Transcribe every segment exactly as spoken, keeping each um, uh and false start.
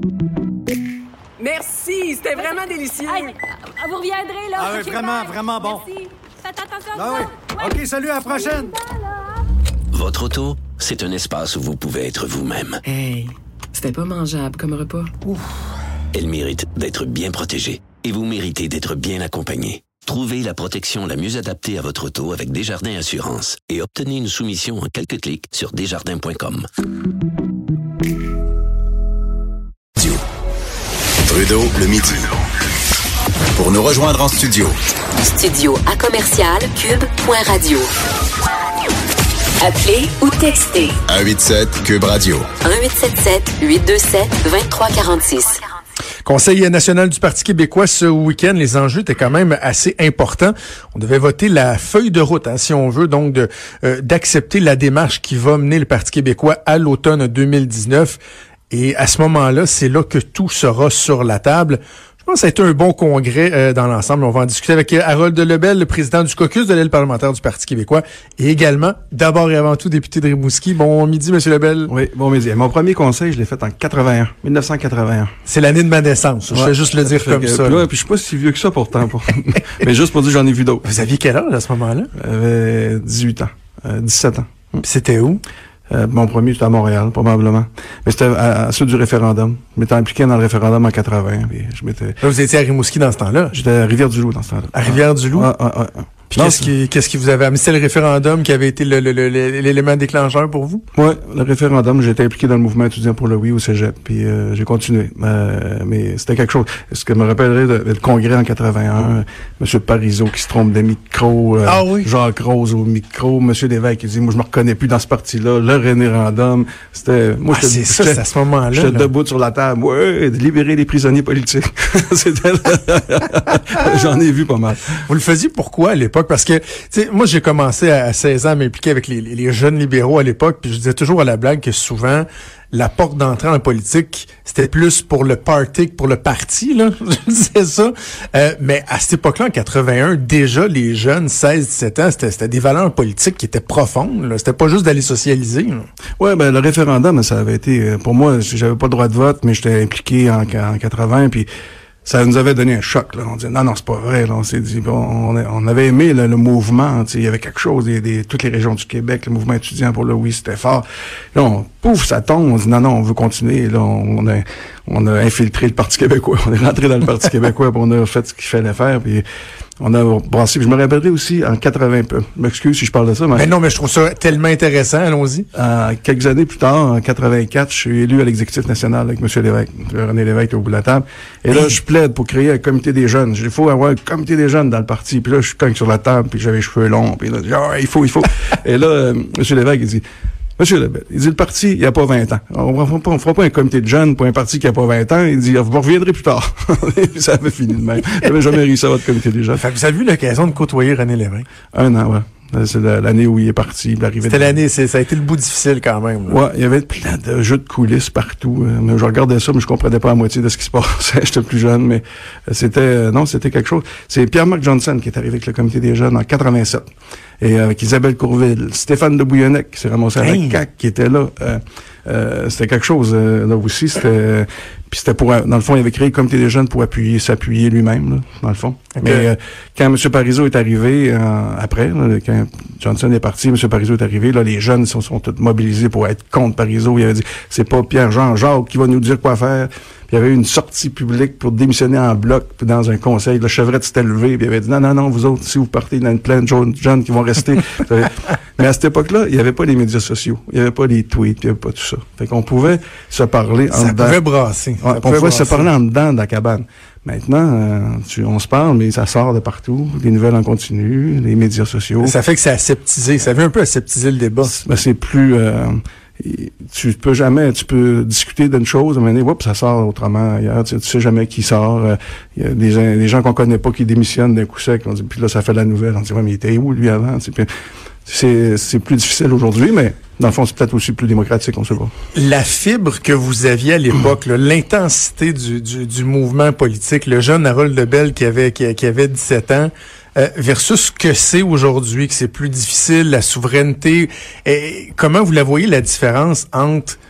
Merci, c'était vraiment délicieux. Hey, vous reviendrez, là. Ah oui, Okay, vraiment, bye. vraiment bon. Merci. Faites attention Ah à oui. ça. Ouais. OK, salut, à la prochaine. Votre auto, c'est un espace où vous pouvez être vous-même. Hey, c'était pas mangeable comme repas. Ouf. Elle mérite d'être bien protégée et vous méritez d'être bien accompagné. Trouvez la protection la mieux adaptée à votre auto avec Desjardins Assurance et obtenez une soumission en quelques clics sur desjardins point com. Trudeau, le midi. Pour nous rejoindre en studio. Studio à commercial cube point radio. Appelez ou textez. un huit sept Cube Radio. un huit sept sept huit deux sept deux trois quatre six. Conseil national du Parti québécois ce week-end, les enjeux étaient quand même assez importants. On devait voter la feuille de route, hein, si on veut, donc de euh, d'accepter la démarche qui va mener le Parti québécois à l'automne deux mille dix-neuf. Et à ce moment-là, c'est là que tout sera sur la table. Je pense que ça a été un bon congrès euh, dans l'ensemble. On va en discuter avec Harold Lebel, le président du caucus de l'aile parlementaire du Parti québécois, et également, d'abord et avant tout, député de Rimouski. Bon midi, Monsieur Lebel. Oui, bon midi. Mon premier conseil, je l'ai fait en quatre-vingt-un, dix-neuf cent quatre-vingt-un. C'est l'année de ma naissance. Je ouais. vais juste le dire comme que, ça. Puis, ouais, puis je suis pas si vieux que ça pourtant. Pour... Mais juste pour dire, j'en ai vu d'autres. Vous aviez quel âge à ce moment-là? J'avais dix-huit ans, euh, dix-sept ans. Puis c'était où? Euh, mon premier, c'était à Montréal, probablement. Mais c'était à, à ceux du référendum. Je m'étais impliqué dans le référendum en quatre-vingts. Puis je m'étais... Là, vous étiez à Rimouski dans ce temps-là? J'étais à Rivière-du-Loup dans ce temps-là. À Rivière-du-Loup? Ah, ah, ah, ah. Puis non, qu'est-ce qui, qu'est-ce qui vous avait amené? C'était le référendum qui avait été le, le, le, l'élément déclencheur pour vous? Oui, le référendum. J'ai été impliqué dans le mouvement étudiant pour le oui au cégep, puis euh, j'ai continué. Euh, mais c'était quelque chose. Ce que je me rappellerai de, de, le congrès en quatre-vingt-un, M. Parizeau qui se trompe de micro, euh, ah oui? Jacques Rose au micro, M. Lévesque qui dit, moi je me reconnais plus dans ce parti-là, le référendum. C'était, moi ah, c'est ça, c'est à ce moment-là. J'étais là. debout sur la table, ouais, de libérer les prisonniers politiques. C'était j'en ai vu pas mal. Vous le faisiez pourquoi à l'époque? Parce que, tu sais, moi, j'ai commencé à seize ans à m'impliquer avec les, les jeunes libéraux à l'époque, puis je disais toujours à la blague que souvent, la porte d'entrée en politique, c'était plus pour le party que pour le parti, là. Je disais ça. Euh, mais à cette époque-là, en quatre-vingt-un, déjà, les jeunes, seize dix-sept ans, c'était, c'était des valeurs politiques qui étaient profondes, là. C'était pas juste d'aller socialiser, là. Ouais, ben, le référendum, ça avait été, pour moi, j'avais pas le droit de vote, mais j'étais impliqué en, en quatre-vingts, puis ça nous avait donné un choc, là. On disait, non, non, c'est pas vrai, là. On s'est dit, on, on avait aimé là, le mouvement, tu sais, il y avait quelque chose, des, des, toutes les régions du Québec, le mouvement étudiant pour le oui, c'était fort. Là, on, pouf, ça tombe, on dit, non, non, on veut continuer. Là, on, on a, on a infiltré le Parti québécois. On est rentré dans le Parti québécois, puis on a fait ce qu'il fallait faire, puis on a brassé. Puis je me rappellerai aussi en quatre-vingts, je m'excuse si je parle de ça, mais... Mais non, mais je trouve ça tellement intéressant, allons-y. Euh, quelques années plus tard, en quatre-vingt-quatre, je suis élu à l'exécutif national avec M. Lévesque. René Lévesque au bout de la table. Et là, je plaide pour créer un comité des jeunes. Il faut avoir un comité des jeunes dans le parti. Puis là, je suis cogne sur la table, puis j'avais les cheveux longs. Puis là, je dis, ah, il faut, il faut. Et là, euh, M. Lévesque, il dit, Monsieur Lebel, il dit, le parti, il n'y a pas vingt ans. On ne fera, fera pas un comité de jeunes pour un parti qui n'a pas vingt ans. Il dit, vous reviendrez plus tard. Ça avait fini de même. J'avais jamais réussi à votre comité des jeunes. Fait que vous avez eu l'occasion de côtoyer René Lévesque? Un an, ouais. C'est l'année où il est parti. Il arrivait C'était de... l'année, c'est, ça a été le bout difficile quand même. Là. Ouais, il y avait plein de jeux de coulisses partout. Mais je regardais ça, mais je comprenais pas la moitié de ce qui se passait. J'étais plus jeune, mais c'était, non, c'était quelque chose. C'est Pierre-Marc Johnson qui est arrivé avec le comité des jeunes en quatre-vingt-sept. Et avec Isabelle Courville, Stéphane de Bouillonnec qui s'est ramassé à hey. la C A Q qui était là. Euh, euh, c'était quelque chose, euh, là aussi. C'était, puis c'était pour, dans le fond, il avait créé le comité des jeunes pour appuyer, s'appuyer lui-même, là, dans le fond. Okay. Mais euh, quand M. Parizeau est arrivé, euh, après, là, quand Johnson est parti, M. Parizeau est arrivé, là, les jeunes sont, sont tous mobilisés pour être contre Parizeau. Il avait dit, c'est pas Pierre-Jean Jacques qui va nous dire quoi faire. Puis il y avait eu une sortie publique pour démissionner en bloc puis dans un conseil. Le Chevrette s'était levé puis il avait dit, non, non, non, vous autres, si vous partez, il y en a plein de jeunes qui vont rester. Mais à cette époque-là, il n'y avait pas les médias sociaux. Il n'y avait pas les tweets, il n'y avait pas tout ça. Fait qu'on pouvait se parler en ça dedans. Ça pouvait brasser. Ouais, ça on pouvait brasser. se parler en dedans de la cabane. Maintenant, euh, tu, on se parle, mais ça sort de partout. Les nouvelles en continu, les médias sociaux. Ça fait que c'est aseptisé. Ça vient un peu aseptiser le débat. Ben, c'est plus... Euh, tu peux jamais, tu peux discuter d'une chose, mais oups, ça sort autrement ailleurs. Tu sais, tu sais jamais qui sort. Il euh, y a des gens, des gens qu'on connaît pas qui démissionnent d'un coup sec. On dit, puis là, ça fait la nouvelle. On dit, ouais, mais il était où, lui, avant? Tu sais, puis, c'est, c'est plus difficile aujourd'hui, mais dans le fond, c'est peut-être aussi plus démocratique, on sait pas. La fibre que vous aviez à l'époque, là, l'intensité du, du, du mouvement politique, le jeune Harold Lebel qui avait, qui, qui avait dix-sept ans, Euh, versus ce que c'est aujourd'hui, que c'est plus difficile, la souveraineté. Et comment vous la voyez, la différence entre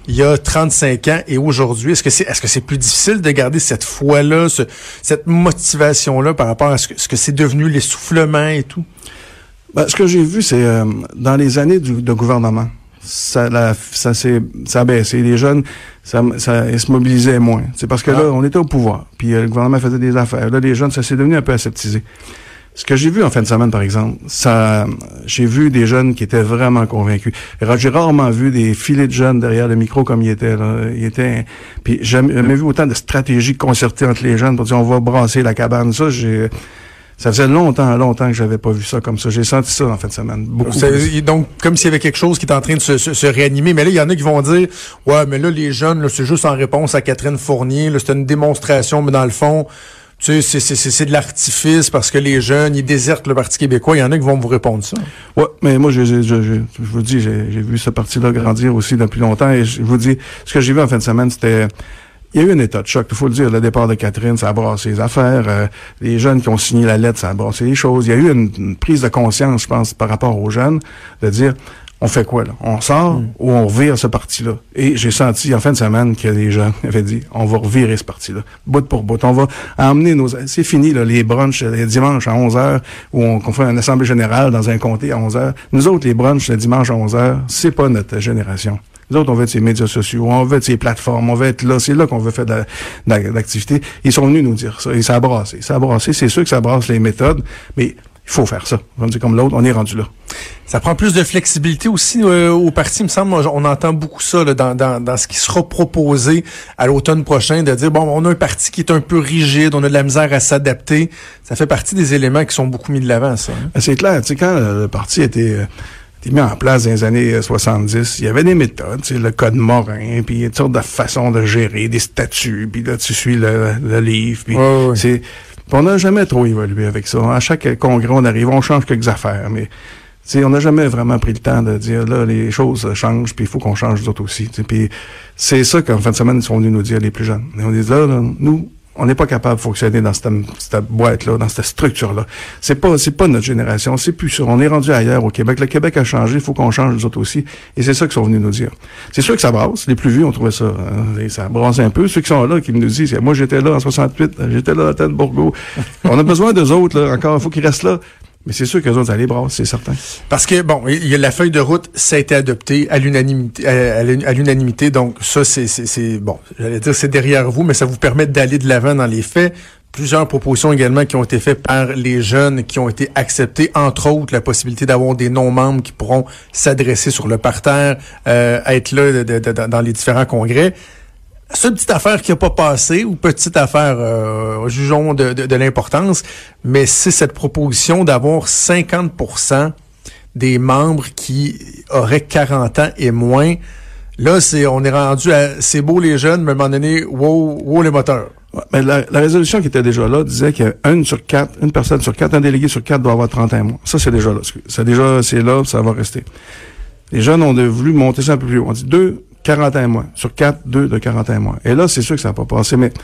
il y a trente-cinq ans et aujourd'hui? Est-ce que c'est est-ce que c'est plus difficile de garder cette foi-là, ce, cette motivation-là par rapport à ce que, ce que c'est devenu l'essoufflement et tout? Ben, ce que j'ai vu, c'est euh, dans les années du, de gouvernement, ça, la, ça s'est, ça a baissé. Les jeunes, ça, ça, ils se mobilisaient moins. C'est parce que ah. là, on était au pouvoir, puis euh, le gouvernement faisait des affaires. Là, les jeunes, ça s'est devenu un peu aseptisé. Ce que j'ai vu en fin de semaine, par exemple, ça, j'ai vu des jeunes qui étaient vraiment convaincus. J'ai rarement vu des filets de jeunes derrière le micro comme ils étaient, là. Ils étaient, puis j'ai jamais, jamais vu autant de stratégies concertées entre les jeunes pour dire on va brasser la cabane. Ça, j'ai, ça faisait longtemps, longtemps que j'avais pas vu ça comme ça. J'ai senti ça en fin de semaine. Beaucoup. C'est, donc, comme s'il y avait quelque chose qui est en train de se, se, se réanimer. Mais là, il y en a qui vont dire, ouais, mais là, les jeunes, là, c'est juste en réponse à Catherine Fournier, là, c'est une démonstration, mais dans le fond, tu sais, c'est, c'est, c'est, c'est de l'artifice parce que les jeunes, ils désertent le Parti québécois. Il y en a qui vont vous répondre ça. Ouais, mais moi, je, je, je, je vous dis, j'ai, j'ai vu ce parti-là grandir aussi depuis longtemps. Et je vous dis, ce que j'ai vu en fin de semaine, c'était... Il y a eu un état de choc, il faut le dire. Le départ de Catherine, ça a brassé les affaires. Euh, les jeunes qui ont signé la lettre, ça a brassé les choses. Il y a eu une, une prise de conscience, je pense, par rapport aux jeunes, de dire... On fait quoi, là? On sort mm. ou on revire ce parti-là? Et j'ai senti en fin de semaine que les gens avaient dit, on va revirer ce parti-là. Bout pour bout. On va emmener nos... C'est fini, là, les brunchs les dimanches à onze heures, où on, on fait une assemblée générale dans un comté à onze heures. Nous autres, les brunchs le dimanche à onze heures, c'est pas notre génération. Nous autres, on veut être ces médias sociaux, on veut être ces plateformes, on veut être là, c'est là qu'on veut faire de, de, de l'activité. Ils sont venus nous dire ça, et ça a brassé. Ça a brassé, c'est sûr que ça brasse les méthodes, mais il faut faire ça. On dit comme l'autre, on est rendu là. Ça prend plus de flexibilité aussi euh, au parti, il me semble. On entend beaucoup ça là, dans, dans, dans ce qui sera proposé à l'automne prochain, de dire, bon, on a un parti qui est un peu rigide, on a de la misère à s'adapter. Ça fait partie des éléments qui sont beaucoup mis de l'avant, ça. Hein? C'est clair. Tu sais, quand le parti était... Euh, mis en place dans les années soixante-dix, il y avait des méthodes, tu sais, le code Morin, puis il y a toutes sortes de façons de gérer, des statuts, puis là, tu suis le, le livre, puis ouais, ouais. c'est... Puis on n'a jamais trop évolué avec ça. À chaque congrès, on arrive, on change quelques affaires, mais... T'sais, on n'a jamais vraiment pris le temps de dire, là, les choses changent, puis il faut qu'on change les autres aussi. Puis c'est ça qu'en fin de semaine, ils sont venus nous dire, les plus jeunes. Et on dit, là, là nous, on n'est pas capable de fonctionner dans cette, cette boîte-là, dans cette structure-là. C'est pas, c'est pas notre génération, c'est plus ça. On est rendu ailleurs au Québec. Le Québec a changé, il faut qu'on change les autres aussi. Et c'est ça qu'ils sont venus nous dire. C'est sûr que ça brasse. Les plus vieux, on trouvait ça, hein, ça brasse un peu. Ceux qui sont là, qui nous disent, moi, j'étais là en soixante-huit, j'étais là à Tête-Bourgault. On a besoin d'eux autres, là, encore. Il faut qu'ils restent là. Mais c'est sûr qu'eux autres, ça les brasse, c'est certain. Parce que, bon, il y a la feuille de route, ça a été adopté à l'unanimité, à, à l'unanimité. Donc, ça, c'est, c'est, c'est, bon, j'allais dire, c'est derrière vous, mais ça vous permet d'aller de l'avant dans les faits. Plusieurs propositions également qui ont été faites par les jeunes, qui ont été acceptées, entre autres, la possibilité d'avoir des non-membres qui pourront s'adresser sur le parterre, euh, être là de, de, de, dans les différents congrès. Seule petite affaire qui n'a pas passé, ou petite affaire, euh, jugeons de, de, de l'importance, mais c'est cette proposition d'avoir cinquante pour cent des membres qui auraient quarante ans et moins. Là, c'est on est rendu à c'est beau les jeunes, mais à un moment donné, wow, wow les moteurs. Ouais, mais la, la résolution qui était déjà là disait qu'une sur quatre, une personne sur quatre, un délégué sur quatre doit avoir trente et un mois. Ça, c'est déjà là. C'est déjà, c'est là, ça va rester. Les jeunes ont voulu monter ça un peu plus haut. On dit deux, quarante et un mois. Sur quatre, deux de quarante et un mois. Et là, c'est sûr que ça n'a pas passé, mais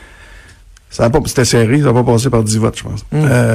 ça a pas, c'était serré, ça n'a pas passé par dix votes, je pense. Mmh.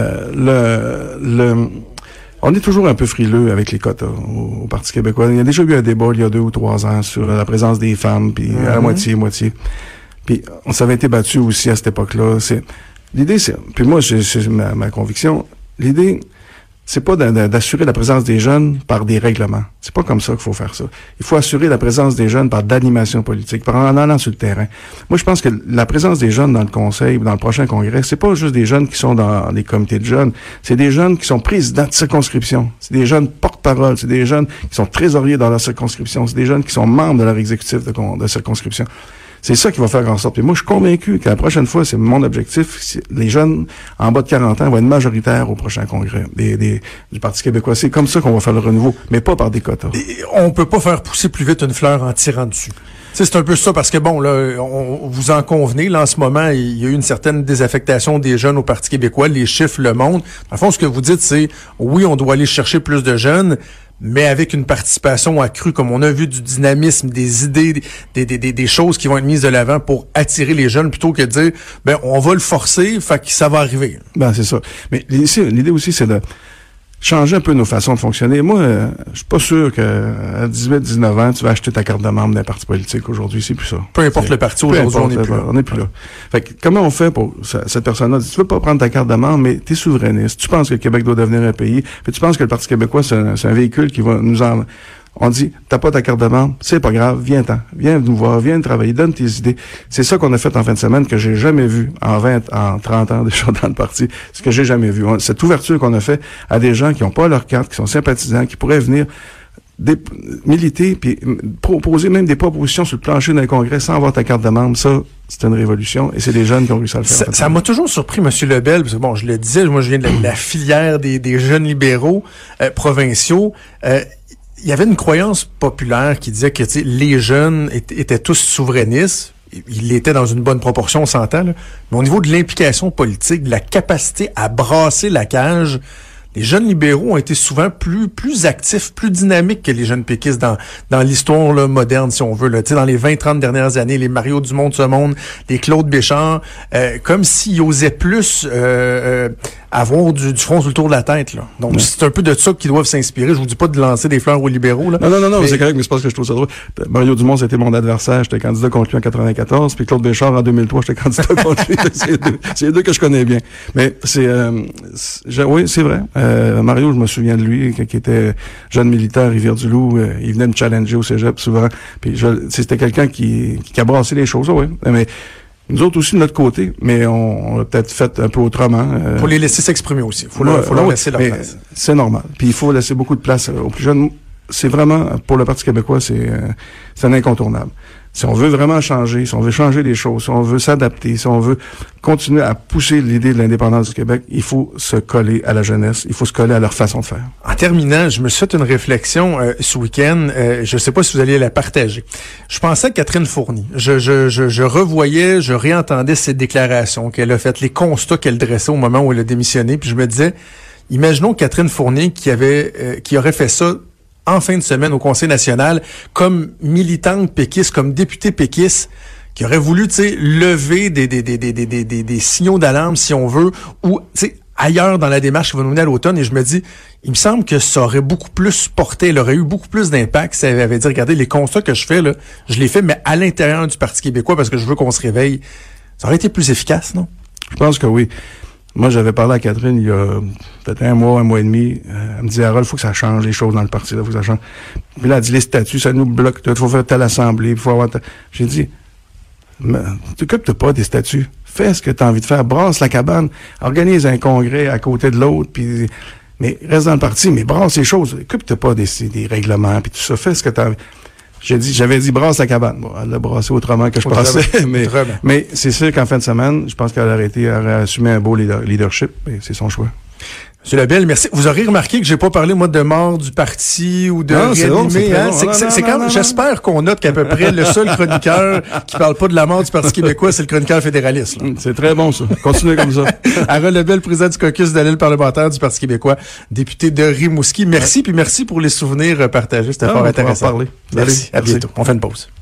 Euh, le, le, on est toujours un peu frileux avec les quotas au, au Parti québécois. Il y a déjà eu un débat il y a deux ou trois ans sur la présence des femmes, puis mmh. à la moitié, moitié. Puis on s'avait été battu aussi à cette époque-là. C'est, l'idée, c'est, puis moi, c'est, c'est ma, ma conviction, l'idée, c'est pas d'assurer la présence des jeunes par des règlements. C'est pas comme ça qu'il faut faire ça. Il faut assurer la présence des jeunes par d'animation politique, par en allant sur le terrain. Moi, je pense que la présence des jeunes dans le conseil, dans le prochain congrès, c'est pas juste des jeunes qui sont dans les comités de jeunes. C'est des jeunes qui sont présidents de circonscription. C'est des jeunes porte-parole. C'est des jeunes qui sont trésoriers dans leur circonscription. C'est des jeunes qui sont membres de leur exécutif de, de circonscription. C'est ça qui va faire en sorte. Et moi, je suis convaincu que la prochaine fois, c'est mon objectif, les jeunes en bas de quarante ans vont être majoritaires au prochain congrès des, des, du Parti québécois. C'est comme ça qu'on va faire le renouveau, mais pas par des quotas. Et on peut pas faire pousser plus vite une fleur en tirant dessus. T'sais, c'est un peu ça, parce que bon, là, on, vous en convenez, là, en ce moment, il y a eu une certaine désaffectation des jeunes au Parti québécois, les chiffres le montrent. Dans le fond, ce que vous dites, c'est, oui, on doit aller chercher plus de jeunes, mais avec une participation accrue, comme on a vu du dynamisme, des idées, des, des, des, des choses qui vont être mises de l'avant pour attirer les jeunes, plutôt que de dire, ben, on va le forcer, fait que ça va arriver. Ben, c'est ça. Mais ici, l'idée aussi, c'est de... changer un peu nos façons de fonctionner. Moi, euh, je suis pas sûr qu'à dix-huit dix-neuf ans, tu vas acheter ta carte de membre d'un parti politique. Aujourd'hui, c'est plus ça. Peu importe c'est, le parti, aujourd'hui, on n'est plus là. On n'est plus là. Fait que, comment on fait pour ça, cette personne-là? Tu veux pas prendre ta carte de membre, mais t'es souverainiste. Tu penses que le Québec doit devenir un pays, puis tu penses que le Parti québécois, c'est un, c'est un véhicule qui va nous en... On dit, t'as pas ta carte de membre, c'est pas grave, viens-t'en, viens nous voir, viens travailler, donne tes idées. C'est ça qu'on a fait en fin de semaine que j'ai jamais vu en vingt, en trente ans déjà dans le parti. Ce que j'ai jamais vu. On, cette ouverture qu'on a fait à des gens qui ont pas leur carte, qui sont sympathisants, qui pourraient venir des, militer puis proposer même des propositions sur le plancher d'un congrès sans avoir ta carte de membre, ça, c'est une révolution et c'est des jeunes qui ont réussi à le faire. Ça, ça m'a toujours surpris, M. Lebel, parce que bon, je le disais, moi je viens de la, la filière des, des jeunes libéraux euh, provinciaux. Euh, Il y avait une croyance populaire qui disait que les jeunes étaient, étaient tous souverainistes. Ils l'étaient dans une bonne proportion, on s'entend. Là. Mais au niveau de l'implication politique, de la capacité à brasser la cage, les jeunes libéraux ont été souvent plus plus actifs, plus dynamiques que les jeunes péquistes dans dans l'histoire là, moderne, si on veut. Là. Dans les vingt trente dernières années, les Mario Dumont de ce monde, les Claude Béchard, euh, comme s'ils osaient plus... Euh, euh, avoir du, du front sur le tour de la tête, là. Donc, ouais. C'est un peu de ça qu'ils doivent s'inspirer. Je vous dis pas de lancer des fleurs aux libéraux, là. Non, non, non, non, mais... c'est correct, mais c'est parce que je trouve ça drôle. Mario Dumont, c'était mon adversaire. J'étais candidat contre lui en quatre-vingt-quatorze, puis Claude Béchard, en deux mille trois, j'étais candidat contre lui. C'est les deux, c'est les deux que je connais bien. Mais c'est, euh, c'est oui, c'est vrai. Euh, Mario, je me souviens de lui, qui était jeune militaire à Rivière-du-Loup. Euh, il venait me challenger au cégep souvent. Puis je, c'était quelqu'un qui, qui a brassé les choses, oui. Mais, nous autres aussi de notre côté, mais on, on l'a peut-être fait un peu autrement. Euh... Faut les laisser s'exprimer aussi. Faut, ouais, leur, faut leur ouais, laisser leur place. C'est normal. Puis il faut laisser beaucoup de place aux plus jeunes. C'est vraiment, pour le Parti québécois, c'est, euh, c'est un incontournable. Si on veut vraiment changer, si on veut changer les choses, si on veut s'adapter, si on veut continuer à pousser l'idée de l'indépendance du Québec, il faut se coller à la jeunesse, il faut se coller à leur façon de faire. En terminant, je me suis fait une réflexion euh, ce week-end, euh, je ne sais pas si vous allez la partager. Je pensais à Catherine Fournier. Je, je, je, je revoyais, je réentendais ses déclarations qu'elle a faites, les constats qu'elle dressait au moment où elle a démissionné, puis je me disais, imaginons Catherine Fournier qui avait, euh, qui aurait fait ça en fin de semaine au Conseil national, comme militante péquiste, comme députée péquiste, qui aurait voulu, tu sais, lever des, des, des, des, des, des, des, des signaux d'alarme, si on veut, ou, tu sais, ailleurs dans la démarche qui va nous mener à l'automne, et je me dis, il me semble que ça aurait beaucoup plus porté, elle aurait eu beaucoup plus d'impact si elle avait dit, regardez, les constats que je fais, là, je les fais, mais à l'intérieur du Parti québécois, parce que je veux qu'on se réveille. Ça aurait été plus efficace, non? Je pense que oui. Moi, j'avais parlé à Catherine il y a peut-être un mois, un mois et demi. Euh, elle me disait, Harold, il faut que ça change les choses dans le parti, là, faut que ça change. Puis là, elle dit, les statuts, ça nous bloque, il faut faire telle assemblée, il faut avoir telle... J'ai dit, mais t'occupes pas des statuts. Fais ce que tu as envie de faire. Brasse la cabane. Organise un congrès à côté de l'autre, puis... Mais reste dans le parti, mais brasse les choses. Occupe-toi pas des, des règlements, puis tout ça. Fais ce que tu as envie. J'ai dit, j'avais dit brasse la cabane. Bon, elle l'a brassé autrement que je pensais, mais, mais c'est sûr qu'en fin de semaine, je pense qu'elle aurait été, elle aurait assumé un beau leadership, et c'est son choix. Monsieur Lebel, merci. Vous aurez remarqué que j'ai pas parlé, moi, de mort du parti ou de réanimer. Hein? C'est, c'est, c'est quand, j'espère qu'on note qu'à peu près le seul chroniqueur qui parle pas de la mort du Parti québécois, c'est le chroniqueur fédéraliste. Là. C'est très bon, ça. Continuez comme ça. Harold Lebel, président du caucus de l'aile parlementaire du Parti québécois, député de Rimouski. Merci, ouais. Puis merci pour les souvenirs partagés. C'était ah, fort intéressant. Parler. Merci. À bientôt. On fait une pause.